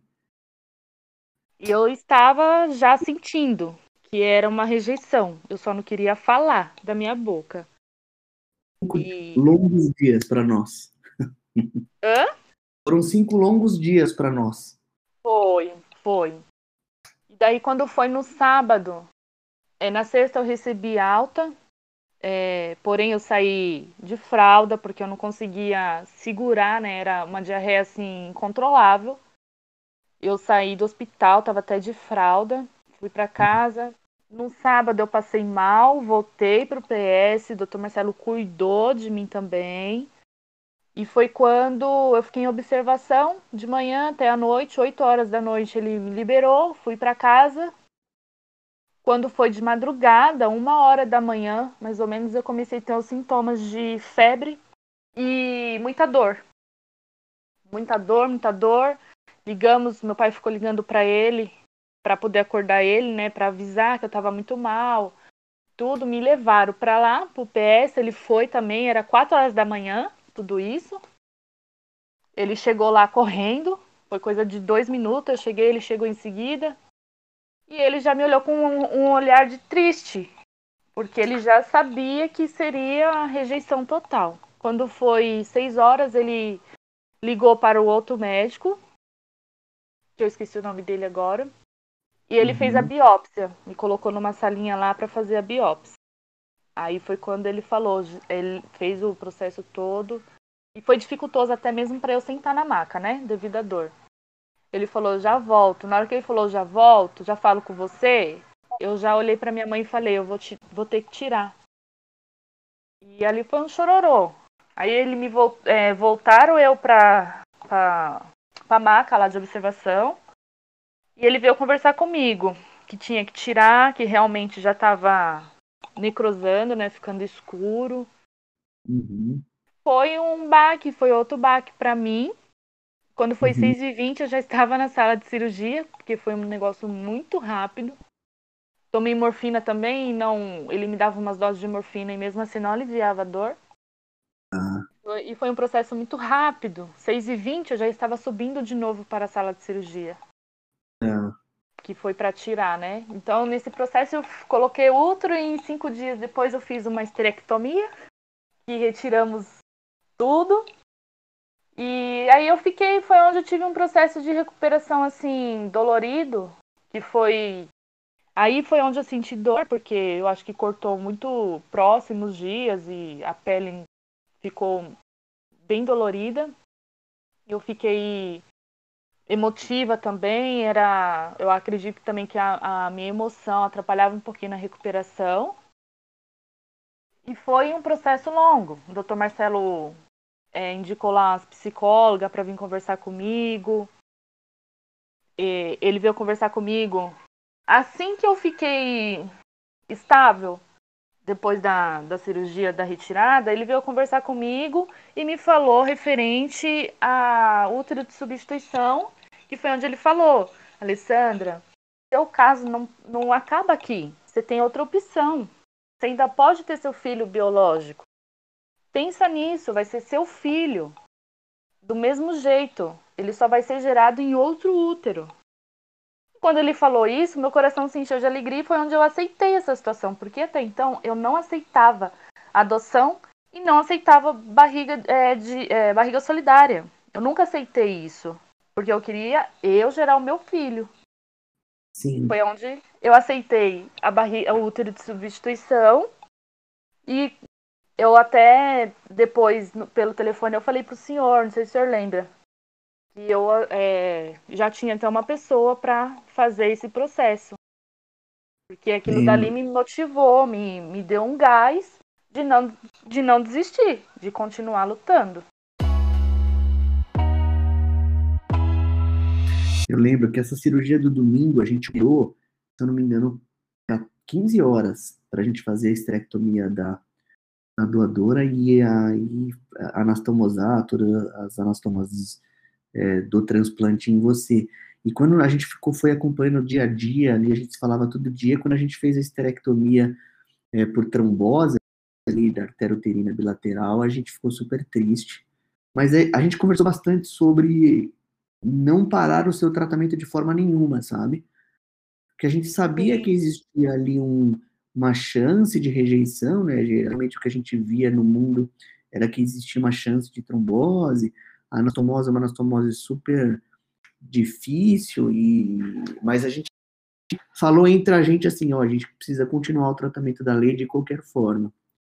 E eu estava já sentindo que era uma rejeição. Eu só não queria falar da minha boca. Cinco E. longos dias para nós. Hã? Foram cinco longos dias para nós. Foi, foi. E daí, quando foi no sábado, é, na sexta eu recebi alta, é, porém eu saí de fralda, porque eu não conseguia segurar, né? Era uma diarreia assim, incontrolável. Eu saí do hospital, tava até de fralda, fui para casa. No sábado eu passei mal, voltei pro P S, o doutor Marcelo cuidou de mim também. E foi quando eu fiquei em observação de manhã até a noite, oito horas da noite ele me liberou, fui para casa. Quando foi de madrugada, uma hora da manhã, mais ou menos, eu comecei a ter os sintomas de febre e muita dor. Muita dor, muita dor. Ligamos, meu pai ficou ligando para ele, para poder acordar ele, né, para avisar que eu estava muito mal. Tudo, me levaram para lá, pro P S, ele foi também, era quatro horas da manhã, tudo isso. Ele chegou lá correndo, foi coisa de dois minutos, eu cheguei, ele chegou em seguida. E ele já me olhou com um, um olhar de triste, porque ele já sabia que seria a rejeição total. Quando foi seis horas, ele ligou para o outro médico, que eu esqueci o nome dele agora, e ele fez a Uhum. biópsia, me colocou numa salinha lá para fazer a biópsia. Aí foi quando ele falou, ele fez o processo todo, e foi dificultoso até mesmo para eu sentar na maca, né, devido à dor. Ele falou, já volto. Na hora que ele falou, já volto, já falo com você, eu já olhei para minha mãe e falei, eu vou, te, vou ter que tirar. E ali foi um chororô. Aí ele me vol é, voltaram eu pra, pra, pra maca lá de observação. E ele veio conversar comigo. Que tinha que tirar, que realmente já tava necrosando, né? Ficando escuro. Uhum. Foi um baque, foi outro baque pra mim. Quando foi Uhum. seis e vinte eu já estava na sala de cirurgia, porque foi um negócio muito rápido. Tomei morfina também, e não, ele me dava umas doses de morfina e mesmo assim não aliviava a dor. Ah, E foi um processo muito rápido. seis e vinte eu já estava subindo de novo para a sala de cirurgia, tá. que foi para tirar, né? Então, nesse processo, eu coloquei útero e em cinco dias depois eu fiz uma esterectomia, que retiramos tudo. E aí eu fiquei, foi onde eu tive um processo de recuperação, assim, dolorido, que foi... Aí foi onde eu senti dor, porque eu acho que cortou muito próximos dias e a pele ficou bem dolorida. Eu fiquei emotiva também, era, eu acredito também que a, a minha emoção atrapalhava um pouquinho na recuperação. E foi um processo longo. O doutor Marcelo é, indicou lá as psicólogas para vir conversar comigo. E ele veio conversar comigo assim que eu fiquei estável, depois da, da cirurgia da retirada, ele veio conversar comigo e me falou referente a útero de substituição, que foi onde ele falou, Alessandra, seu caso não, não acaba aqui, você tem outra opção, você ainda pode ter seu filho biológico, pensa nisso, vai ser seu filho, do mesmo jeito, ele só vai ser gerado em outro útero. Quando ele falou isso, meu coração se encheu de alegria e foi onde eu aceitei essa situação, porque até então eu não aceitava adoção e não aceitava barriga, é, de, é, barriga solidária. Eu nunca aceitei isso, porque eu queria eu gerar o meu filho. Sim. Foi onde eu aceitei a barriga, o útero de substituição e eu até depois, no, pelo telefone, eu falei pro senhor, não sei se o senhor lembra, que eu é, já tinha até uma pessoa para fazer esse processo. Porque aquilo dali Lembro. me motivou, me, me deu um gás de não de não desistir, de continuar lutando. Eu lembro que essa cirurgia do domingo a gente deu, se eu não me engano, quinze horas para a gente fazer a esterectomia da, da doadora e aí anastomosar todas as anastomoses é, do transplante em você. E quando a gente ficou, foi acompanhando o dia a dia, ali a gente se falava todo dia, quando a gente fez a esterectomia é, por trombose ali da artéria uterina bilateral, a gente ficou super triste. Mas é, a gente conversou bastante sobre não parar o seu tratamento de forma nenhuma, sabe? Porque a gente sabia Sim. que existia ali um, uma chance de rejeição, né? Geralmente o que a gente via no mundo era que existia uma chance de trombose, a anastomose é uma anastomose super difícil, e mas a gente falou entre a gente assim, ó, a gente precisa continuar o tratamento da lei de qualquer forma.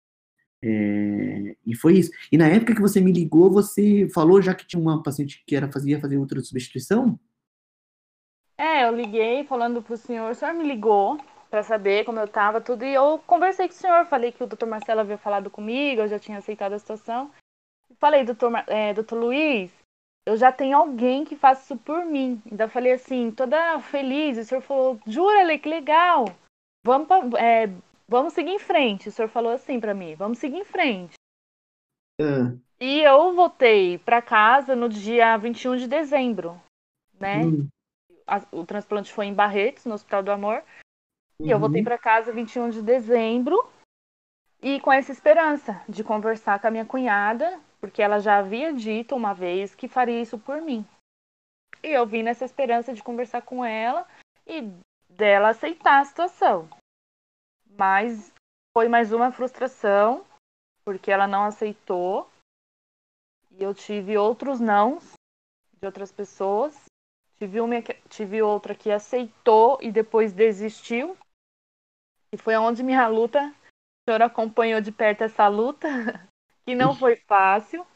É, e foi isso. E na época que você me ligou, você falou já que tinha uma paciente que era, fazia fazer outra substituição? É, eu liguei falando pro senhor, o senhor me ligou para saber como eu tava, tudo, e eu conversei com o senhor, falei que o doutor Marcelo havia falado comigo, eu já tinha aceitado a situação. Falei, doutor, é, doutor Luiz, eu já tenho alguém que faça isso por mim. Ainda falei assim, toda feliz, o senhor falou, jura, Lê, que legal, vamos, pra, é, vamos seguir em frente. O senhor falou assim para mim, vamos seguir em frente. Ah, E eu voltei para casa no dia vinte e um de dezembro, né? hum, O transplante foi em Barretos, no Hospital do Amor. E eu voltei uhum. para casa vinte e um de dezembro e com essa esperança de conversar com a minha cunhada, porque ela já havia dito uma vez que faria isso por mim. E eu vim nessa esperança de conversar com ela e dela aceitar a situação. Mas foi mais uma frustração, porque ela não aceitou. E eu tive outros nãos de outras pessoas. Tive, uma, tive outra que aceitou e depois desistiu. E foi onde minha luta, o senhor acompanhou de perto essa luta, que não foi fácil.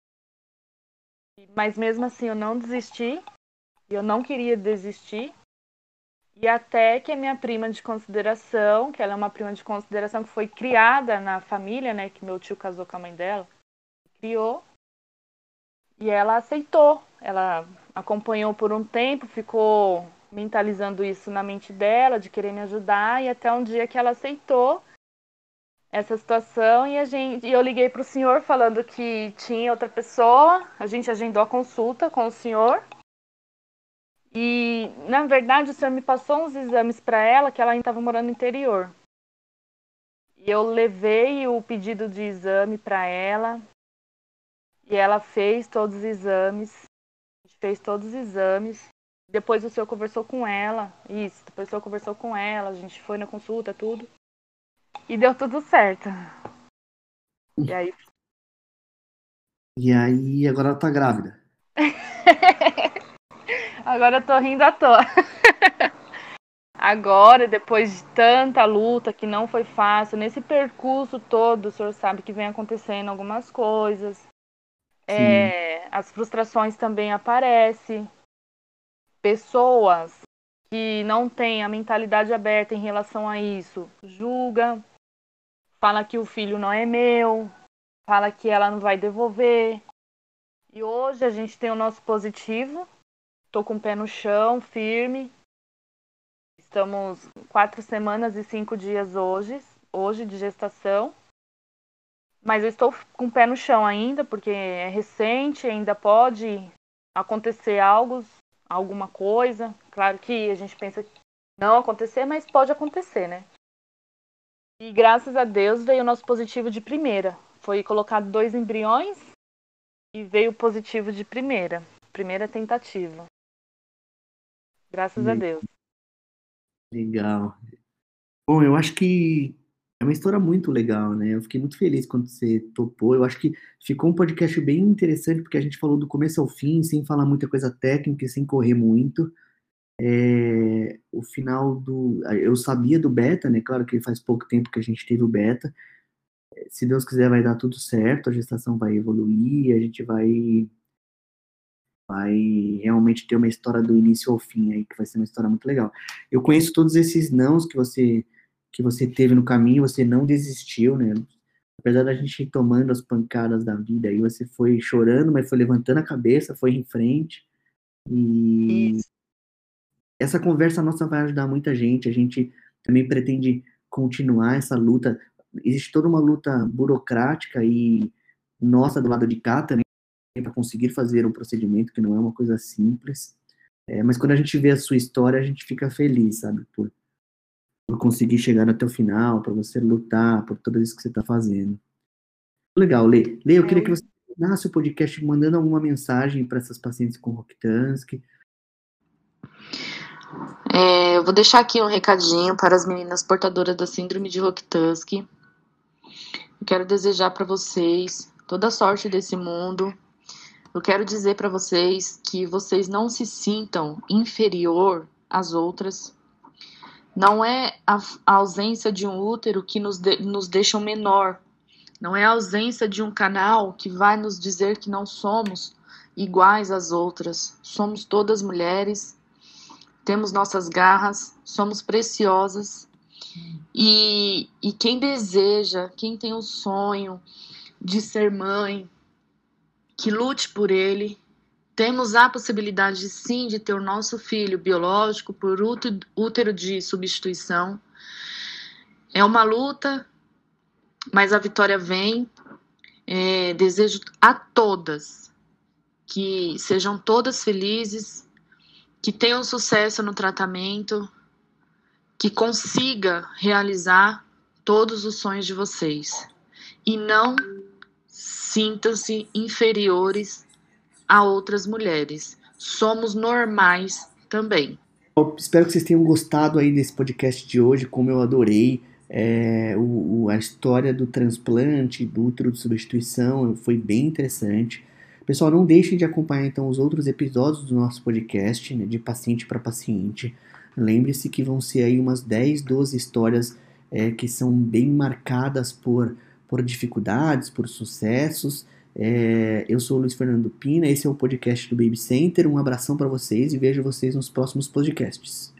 Mas mesmo assim eu não desisti. E eu não queria desistir. E até que a minha prima de consideração, que ela é uma prima de consideração que foi criada na família, né? Que meu tio casou com a mãe dela, criou. E ela aceitou. Ela acompanhou por um tempo, ficou mentalizando isso na mente dela, de querer me ajudar, e até um dia que ela aceitou essa situação, e a gente, e eu liguei para o senhor falando que tinha outra pessoa, a gente agendou a consulta com o senhor, e na verdade o senhor me passou uns exames para ela, que ela ainda estava morando no interior. E eu levei o pedido de exame para ela, e ela fez todos os exames, a gente fez todos os exames. Depois o senhor conversou com ela, isso, depois o senhor conversou com ela, a gente foi na consulta, tudo. E deu tudo certo. E aí. E aí, agora ela tá grávida. Agora eu tô rindo à toa. Agora, depois de tanta luta que não foi fácil, nesse percurso todo, o senhor sabe que vem acontecendo algumas coisas. Sim. É, as frustrações também aparecem. Pessoas que não têm a mentalidade aberta em relação a isso, julga, fala que o filho não é meu, fala que ela não vai devolver. E hoje a gente tem o nosso positivo. Tô com o pé no chão, firme. Estamos quatro semanas e cinco dias hoje, hoje de gestação. Mas eu estou com o pé no chão ainda, porque é recente, ainda pode acontecer algo, alguma coisa. Claro que a gente pensa que não acontecer, mas pode acontecer, né? E graças a Deus veio o nosso positivo de primeira. Foi colocado dois embriões e veio positivo de primeira. Primeira tentativa. Graças a Deus. Legal. Bom, eu acho que é uma história muito legal, né? Eu fiquei muito feliz quando você topou. Eu acho que ficou um podcast bem interessante, porque a gente falou do começo ao fim, sem falar muita coisa técnica e sem correr muito. É, o final do. Eu sabia do beta, né? Claro que faz pouco tempo que a gente teve o beta. Se Deus quiser, vai dar tudo certo, a gestação vai evoluir, a gente vai, vai realmente ter uma história do início ao fim aí, que vai ser uma história muito legal. Eu conheço todos esses nãos que você, que você teve no caminho, você não desistiu, né? apesar da gente ir tomando as pancadas da vida, aí você foi chorando, mas foi levantando a cabeça, foi em frente. E Isso. essa conversa nossa vai ajudar muita gente. A gente também pretende continuar essa luta. Existe toda uma luta burocrática e nossa do lado de cá também para conseguir fazer um procedimento que não é uma coisa simples. É, mas quando a gente vê a sua história, a gente fica feliz, sabe? Por, por conseguir chegar até o final, para você lutar por tudo isso que você está fazendo. Legal, Lê. Lê, eu queria que Eu, você terminasse o podcast mandando alguma mensagem para essas pacientes com Rokitansky. É, eu vou deixar aqui um recadinho para as meninas portadoras da síndrome de Rokitansky. Eu quero desejar para vocês toda a sorte desse mundo. Eu quero dizer para vocês que vocês não se sintam inferior às outras. Não é a, a ausência de um útero que nos, de, nos deixa menor. Não é a ausência de um canal que vai nos dizer que não somos iguais às outras. Somos todas mulheres, temos nossas garras, somos preciosas. E, e quem deseja, quem tem o sonho de ser mãe, que lute por ele. Temos a possibilidade, sim, de ter o nosso filho biológico por útero de substituição. É uma luta, mas a vitória vem. É, desejo a todas que sejam todas felizes, que tenham sucesso no tratamento, que consiga realizar todos os sonhos de vocês. E não sintam-se inferiores a outras mulheres. Somos normais também. Eu espero que vocês tenham gostado aí desse podcast de hoje, como eu adorei. É, o, o, a história do transplante, do útero de substituição, foi bem interessante. Pessoal, não deixem de acompanhar então os outros episódios do nosso podcast, né, de paciente para paciente. Lembre-se que vão ser aí umas dez, doze histórias é, que são bem marcadas por, por dificuldades, por sucessos. É, eu sou o Luiz Fernando Pina, esse é o podcast do Baby Center. Um abração para vocês e vejo vocês nos próximos podcasts.